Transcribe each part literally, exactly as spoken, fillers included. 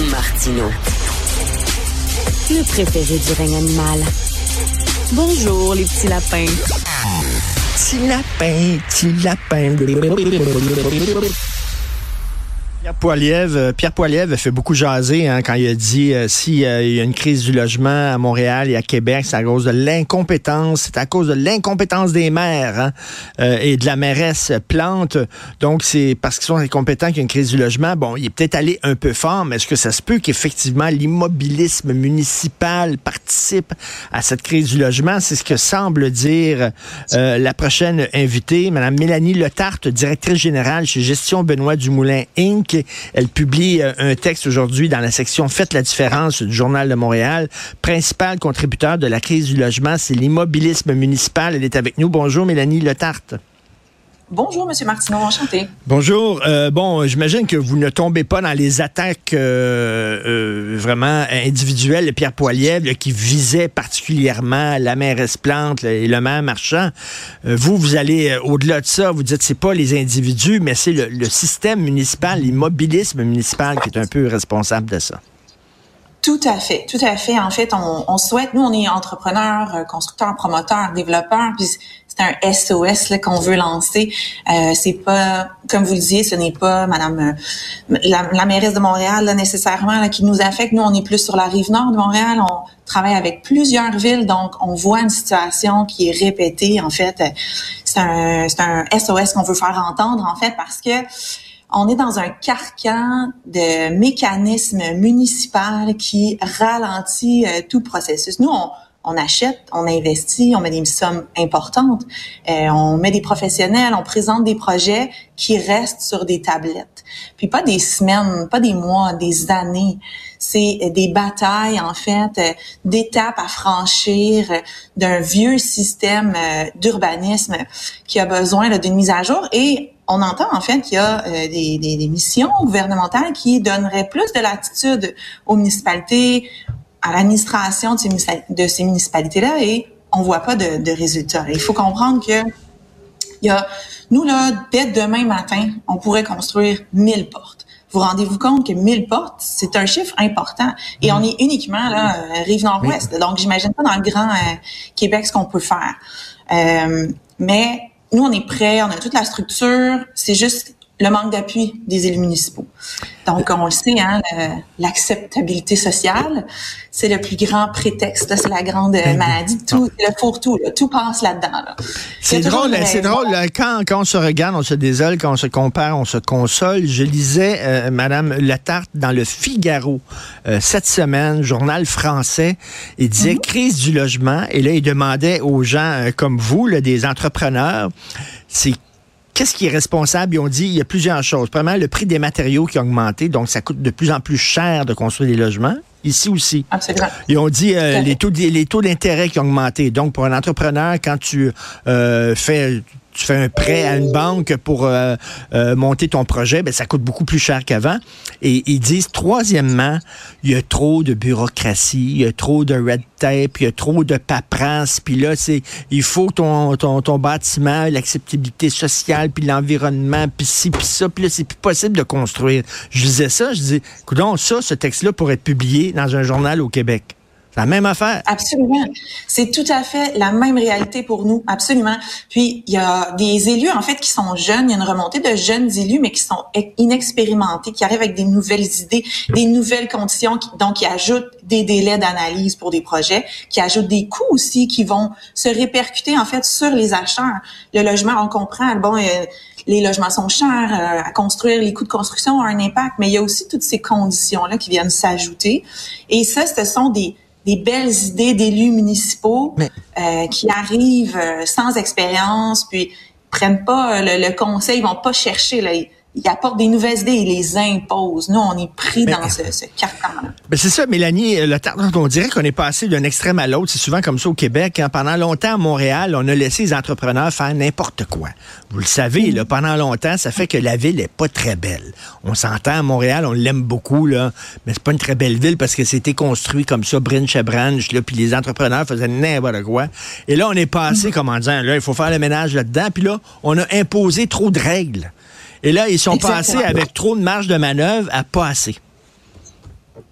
Martineau. Le préféré du règne animal. Bonjour, les petits lapins. Petit lapin, petit lapin. Pierre Poilievre, Pierre Poilievre a fait beaucoup jaser hein, quand il a dit euh, s'il euh, y a une crise du logement à Montréal et à Québec, c'est à cause de l'incompétence, c'est à cause de l'incompétence des maires hein, euh, et de la mairesse Plante. Donc, c'est parce qu'ils sont incompétents qu'il y a une crise du logement. Bon, il est peut-être allé un peu fort, mais est-ce que ça se peut qu'effectivement l'immobilisme municipal participe à cette crise du logement? C'est ce que semble dire euh, la prochaine invitée, Mme Mélanie Letarte, directrice générale chez Gestion Benoît Dumoulin Incorporée. Elle publie un texte aujourd'hui dans la section Faites la différence du Journal de Montréal. Principal contributeur de la crise du logement, c'est l'immobilisme municipal. Elle est avec nous. Bonjour, Mélanie Letarte. Bonjour, M. Martineau, enchanté. Bonjour. Euh, bon, j'imagine que vous ne tombez pas dans les attaques euh, euh, vraiment individuelles de Pierre Poilievre là, qui visait particulièrement la mairesse Plante là, et le maire Marchand. Euh, vous, vous allez euh, au-delà de ça. Vous dites c'est pas les individus, mais c'est le, le système municipal, l'immobilisme municipal qui est un peu responsable de ça. Tout à fait, tout à fait. En fait, on, on souhaite, nous, on est entrepreneurs, constructeurs, promoteurs, développeurs, puis c'est un S O S là, qu'on veut lancer. Euh, c'est pas, comme vous le disiez, ce n'est pas Madame euh, la, la mairesse de Montréal là, nécessairement là, qui nous affecte. Nous, on est plus sur la rive nord de Montréal. On travaille avec plusieurs villes, donc on voit une situation qui est répétée. En fait, c'est un, c'est un S O S qu'on veut faire entendre, en fait, parce que on est dans un carcan de mécanismes municipaux qui ralentit euh, tout processus. Nous, on, on achète, on investit, on met des sommes importantes, euh, on met des professionnels, on présente des projets qui restent sur des tablettes. Puis pas des semaines, pas des mois, des années. C'est des batailles, en fait, euh, d'étapes à franchir euh, d'un vieux système euh, d'urbanisme qui a besoin là, d'une mise à jour. Et on entend en fait qu'il y a euh, des, des, des missions gouvernementales qui donneraient plus de latitude aux municipalités, à l'administration de ces, de ces municipalités-là, et on voit pas de, de résultats. Il faut comprendre que il y a, nous là, dès demain matin, on pourrait construire mille portes. Vous rendez-vous compte que mille portes, c'est un chiffre important. Et on est uniquement là, euh, rive nord-ouest. Donc, j'imagine pas dans le grand euh, Québec ce qu'on peut faire. Euh, mais nous, on est prêts, on a toute la structure. C'est juste le manque d'appui des élus municipaux. Donc, on le sait, hein, le, l'acceptabilité sociale, c'est le plus grand prétexte. Là, c'est la grande euh, maladie de tout, c'est le fourre-tout. Là, tout passe là-dedans. Là. C'est drôle, c'est drôle. Quand, quand on se regarde, on se désole, quand on se compare, on se console. Je lisais euh, Mme Letarte dans le Figaro euh, cette semaine, journal français. Il disait mm-hmm. crise du logement. Et là, il demandait aux gens euh, comme vous, là, des entrepreneurs, c'est qu'est-ce qui est responsable? Ils ont dit, il y a plusieurs choses. Premièrement, le prix des matériaux qui a augmenté, donc ça coûte de plus en plus cher de construire des logements. Ici aussi. Absolument. Ils ont dit euh, les taux, les taux d'intérêt qui ont augmenté. Donc, pour un entrepreneur, quand tu euh, fais... tu fais un prêt à une banque pour euh, euh, monter ton projet, ben ça coûte beaucoup plus cher qu'avant. Et ils disent, troisièmement, il y a trop de bureaucratie, il y a trop de red tape, il y a trop de paperasse, puis là, c'est il faut que ton, ton, ton bâtiment, l'acceptabilité sociale, puis l'environnement, puis ci, puis ça, puis là, c'est plus possible de construire. Je disais ça, je disais, coudonc, ça, ce texte-là pourrait être publié dans un journal au Québec. C'est la même affaire. Absolument. C'est tout à fait la même réalité pour nous. Absolument. Puis, il y a des élus, en fait, qui sont jeunes. Il y a une remontée de jeunes élus, mais qui sont inexpérimentés, qui arrivent avec des nouvelles idées, des nouvelles conditions, qui, donc qui ajoutent des délais d'analyse pour des projets, qui ajoutent des coûts aussi qui vont se répercuter, en fait, sur les acheteurs. Le logement, on comprend, bon, euh, les logements sont chers euh, à construire, les coûts de construction ont un impact, mais il y a aussi toutes ces conditions-là qui viennent s'ajouter. Et ça, ce sont des des belles idées d'élus municipaux Mais... euh, qui arrivent euh, sans expérience, puis prennent pas euh, le, le conseil, ils vont pas chercher là. Ils, ils apportent des nouvelles idées, ils les imposent. Nous, on est pris ben, dans ce, ce carcan-là. Ben c'est ça, Mélanie. Le, on dirait qu'on est passé d'un extrême à l'autre. C'est souvent comme ça au Québec. Hein. Pendant longtemps, à Montréal, on a laissé les entrepreneurs faire n'importe quoi. Vous le savez, là, pendant longtemps, ça fait que la ville est pas très belle. On s'entend à Montréal, on l'aime beaucoup, là, mais c'est pas une très belle ville parce que c'était construit comme ça, branche à branche, là, puis les entrepreneurs faisaient n'importe quoi. Et là, on est passé, mm-hmm. comme en disant, là, il faut faire le ménage là-dedans. Puis là, on a imposé trop de règles. Et là, ils sont Exactement. passés avec trop de marge de manœuvre à pas assez.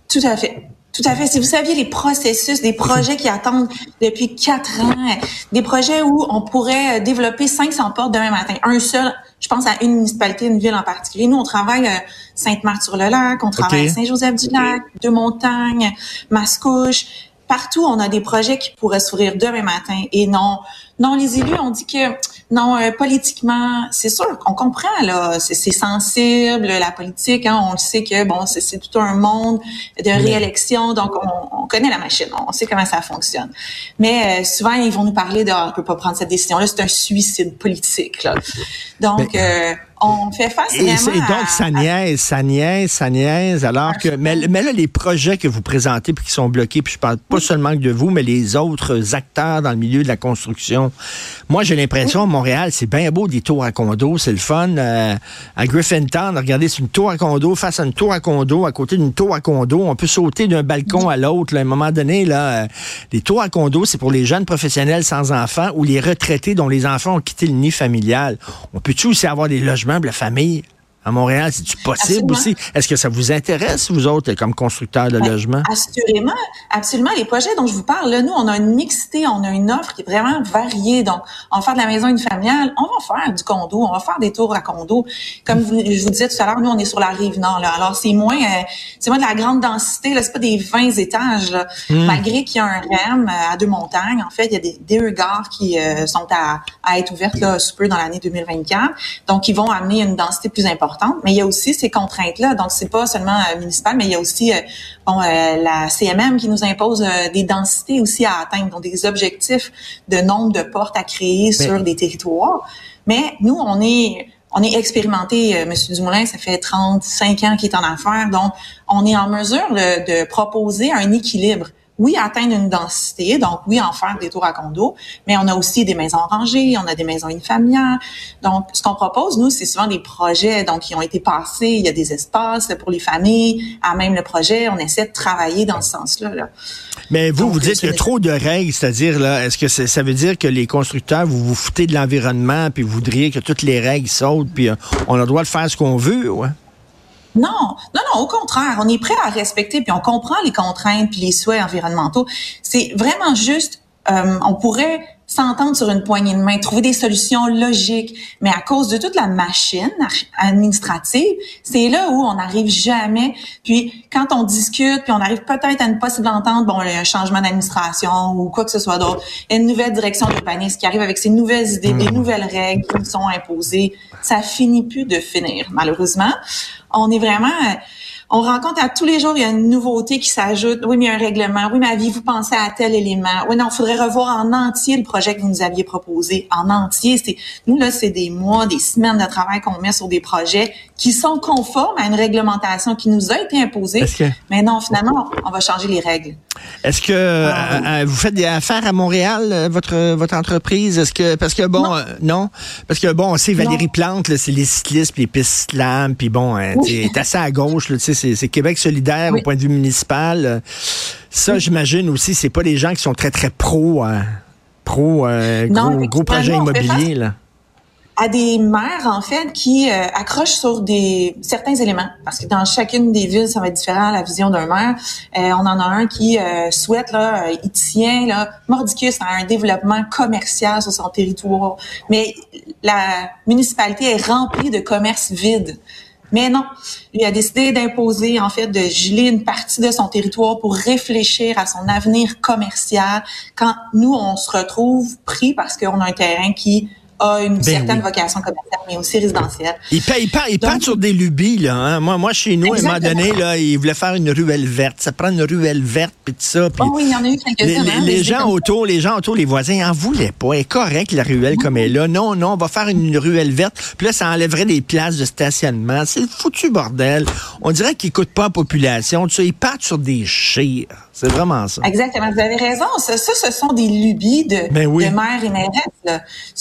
Tout à fait. Tout à fait. Si vous saviez les processus, des projets qui attendent depuis quatre ans, des projets où on pourrait développer cinq cents portes demain matin, un seul, je pense à une municipalité, une ville en particulier. Nous, on travaille à Sainte-Marthe-sur-le-Lac, on travaille okay. à Saint-Joseph-du-Lac, Deux-Montagnes, Mascouche. Partout, on a des projets qui pourraient s'ouvrir demain matin. Et non, non, les élus ont dit que non, euh, politiquement, c'est sûr qu'on comprend là, c'est, c'est sensible la politique. Hein, on le sait que bon, c'est, c'est tout un monde de réélection, donc on, on connaît la machine, on sait comment ça fonctionne. Mais euh, souvent, ils vont nous parler de, ah, on peut pas prendre cette décision-là, c'est un suicide politique. Là. Donc euh, on fait face et, vraiment et donc, à, ça niaise, ça niaise, ça niaise, alors que... Mais, mais là, les projets que vous présentez puis qui sont bloqués, puis je parle pas oui. seulement de vous, mais les autres acteurs dans le milieu de la construction. Moi, j'ai l'impression, oui. à Montréal, c'est bien beau des tours à condo, c'est le fun. Euh, à Griffintown, regardez, c'est une tour à condo face à une tour à condo, à côté d'une tour à condo. On peut sauter d'un balcon oui. à l'autre. Là, à un moment donné, là, euh, les tours à condo, c'est pour les jeunes professionnels sans enfants ou les retraités dont les enfants ont quitté le nid familial. On peut-tu aussi avoir des logements de la famille à Montréal? C'est-tu possible absolument. Aussi? Est-ce que ça vous intéresse, vous autres, comme constructeurs de ben, logements? Assurément. Absolument. Les projets dont je vous parle, là, nous, on a une mixité, on a une offre qui est vraiment variée. Donc, on va faire de la maison unifamiliale, on va faire du condo, on va faire des tours à condo. Comme vous, je vous disais tout à l'heure, nous, on est sur la rive nord. Là. Alors, c'est moins euh, c'est moins de la grande densité. Là, c'est pas des vingt étages. Là. Mm. Malgré qu'il y a un R E M à Deux-Montagnes, en fait, il y a des deux gares qui euh, sont à, à être ouvertes là, sous peu dans l'année deux mille vingt-quatre. Donc, ils vont amener une densité plus importante. Mais il y a aussi ces contraintes-là. Donc, c'est pas seulement euh, municipal, mais il y a aussi euh, bon, euh, la C M M qui nous impose euh, des densités aussi à atteindre, donc des objectifs de nombre de portes à créer mais... sur des territoires. Mais nous, on est... On est expérimenté, euh, Monsieur Dumoulin, ça fait trente-cinq ans qu'il est en affaires, donc on est en mesure de, de proposer un équilibre. Oui, atteindre une densité, donc oui, en faire des tours à condo, mais on a aussi des maisons rangées, on a des maisons unifamiliales. Donc, ce qu'on propose, nous, c'est souvent des projets donc qui ont été passés, il y a des espaces là, pour les familles, à même le projet, on essaie de travailler dans ce sens-là. Là. Mais vous, donc, vous dites qu'il y a trop de règles, c'est-à-dire, là, est-ce que c'est, ça veut dire que les constructeurs, vous vous foutez de l'environnement, puis vous voudriez que toutes les règles sautent, puis euh, on a le droit de faire ce qu'on veut, ouais? Non, non, non, au contraire, on est prêt à respecter, puis on comprend les contraintes puis les souhaits environnementaux. C'est vraiment juste, euh, on pourrait s'entendre sur une poignée de main, trouver des solutions logiques, mais à cause de toute la machine administrative, c'est là où on n'arrive jamais. Puis quand on discute, puis on arrive peut-être à une possible entente, bon, un changement d'administration ou quoi que ce soit d'autre, une nouvelle direction d'urbanisme qui arrive avec ses nouvelles idées, des nouvelles règles qui nous sont imposées, ça finit plus de finir, malheureusement. On est vraiment... On rencontre à tous les jours, il y a une nouveauté qui s'ajoute. Oui, mais il y a un règlement. Oui, mais aviez-vous pensé à tel élément? Oui, non, il faudrait revoir en entier le projet que vous nous aviez proposé. En entier, c'est nous, là, c'est des mois, des semaines de travail qu'on met sur des projets qui sont conformes à une réglementation qui nous a été imposée. Que... Mais non, finalement, on va changer les règles. Est-ce que euh, euh, vous faites des affaires à Montréal, votre votre entreprise? Est-ce que parce que bon non, euh, non? Parce que bon, on sait Valérie non. Plante, là, c'est les cyclistes, puis les pistes slam, puis bon, hein, oui. t'es assez à gauche, tu sais, c'est, c'est Québec solidaire oui. au point de vue municipal. Ça, oui. j'imagine aussi, c'est pas des gens qui sont très très pro, hein, pro euh, non, gros, gros projet immobilier là. À des maires, en fait, qui euh, accrochent sur des certains éléments. Parce que dans chacune des villes, ça va être différent, la vision d'un maire. Euh, on en a un qui euh, souhaite, là, euh, il tient, là, mordicus à un développement commercial sur son territoire. Mais la municipalité est remplie de commerces vides. Mais non, il a décidé d'imposer, en fait, de geler une partie de son territoire pour réfléchir à son avenir commercial. Quand nous, on se retrouve pris parce qu'on a un terrain qui a une ben certaine oui. vocation commerciale, mais aussi résidentielle. Il partent sur des lubies, là. Hein? Moi, moi, chez nous, exactement. À un moment donné, là, ils voulaient faire une ruelle verte. Ça prend une ruelle verte, puis tout ça. Pis oh oui, il y en a eu quelques-uns. Les, hein, les, les gens autour, les gens autour, les voisins, ils en voulaient pas. Elle est correcte, la ruelle, mmh. comme elle est là. Non, non, on va faire une ruelle verte. Puis là, ça enlèverait des places de stationnement. C'est le foutu bordel. On dirait qu'ils coûtent pas à la population. Tu sais, ils partent sur des chires. C'est vraiment ça. Exactement. Vous avez raison. Ça, ça ce sont des lubies de, ben oui. de maires et mairesses. Là. Ce sont leurs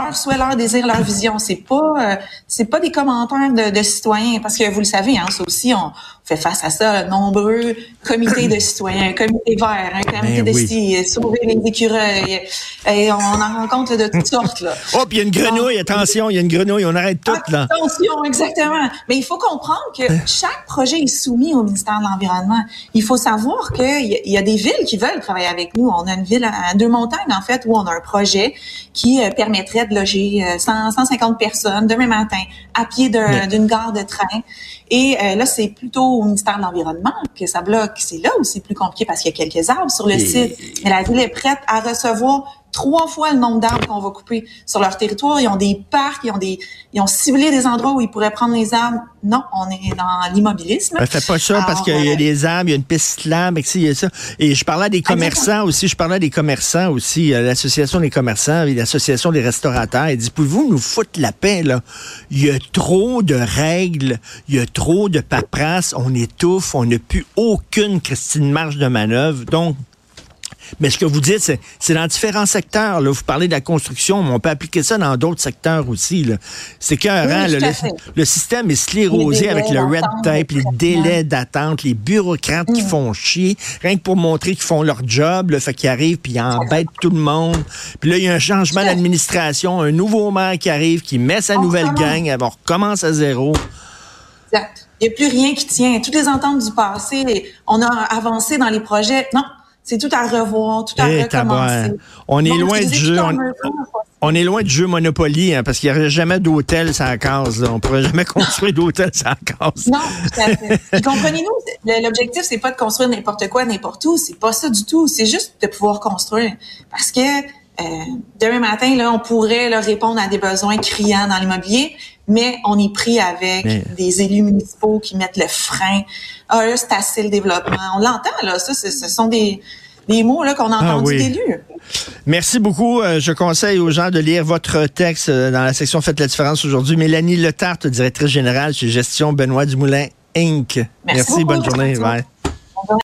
leur souhait, leur désir, leur vision. C'est pas, euh, c'est pas des commentaires de, de citoyens, parce que vous le savez, hein, ça aussi, on fait face à ça, nombreux comités de citoyens, un comité vert, un comité ben de oui. sti, sauver les écureuils, et on en rencontre de toutes sortes, là. Oh, puis il y a une grenouille, attention, il y a une grenouille, on arrête tout, là. Attention, exactement. Mais il faut comprendre que chaque projet est soumis au ministère de l'Environnement. Il faut savoir qu'il y, y a des villes qui veulent travailler avec nous. On a une ville à Deux-Montagnes, en fait, où on a un projet qui euh, permettrait de loger euh, cent, cent cinquante personnes demain matin à pied d'un, Mais... d'une gare de train. Et euh, là, c'est plutôt au ministère de l'Environnement que ça bloque. C'est là où c'est plus compliqué parce qu'il y a quelques arbres sur le Et... site. Mais la ville est prête à recevoir trois fois le nombre d'arbres qu'on va couper sur leur territoire. Ils ont des parcs, ils ont des, ils ont ciblé des endroits où ils pourraient prendre les arbres. Non, on est dans l'immobilisme. Ben, fais pas ça. Alors, parce qu'il y a des arbres, il y a une piste cyclable, il y a ça. Et je parlais des commerçants Exactement. aussi, je parlais des commerçants aussi, l'association des commerçants et l'association des restaurateurs. Ils disent, pouvez-vous nous foutre la paix, là? Il y a trop de règles, il y a trop de paperasse, on étouffe, on n'a plus aucune Christine marge de manœuvre. Donc, mais ce que vous dites, c'est, c'est dans différents secteurs. Là. Vous parlez de la construction, mais on peut appliquer ça dans d'autres secteurs aussi. Là. C'est qu'un oui, le, le système est sclérosé avec le red tape, les délais d'attente, les bureaucrates mmh. qui font chier, rien que pour montrer qu'ils font leur job, là, fait qu'ils arrivent puis ils embêtent tout le monde. Puis là, il y a un changement d'administration, un nouveau maire qui arrive, qui met sa on nouvelle recommence. gang, on recommence à zéro. Exact. Il n'y a plus rien qui tient. Toutes les ententes du passé, on a avancé dans les projets. Non. C'est tout à revoir, tout à hey, recommencer. On est Donc, loin du jeu. On, on est loin du jeu Monopoly, hein, parce qu'il n'y aurait jamais d'hôtel sans case. Là. On ne pourrait jamais construire d'hôtel sans case. Non, tout à fait. Et comprenez-nous, l'objectif, c'est pas de construire n'importe quoi, n'importe où. C'est pas ça du tout. C'est juste de pouvoir construire. Parce que euh, demain matin, là, on pourrait là, répondre à des besoins criants dans l'immobilier, mais on est pris avec mais... des élus municipaux qui mettent le frein. Ah, là, c'est assez le développement. On l'entend, là. Ça, ce sont des, des mots là, qu'on a entendus ah, oui. d'élus. Merci beaucoup. Je conseille aux gens de lire votre texte dans la section Faites la différence aujourd'hui. Mélanie Letarte, directrice générale chez Gestion Benoît Dumoulin, Incorporée. Merci, Merci bonne journée. Bye.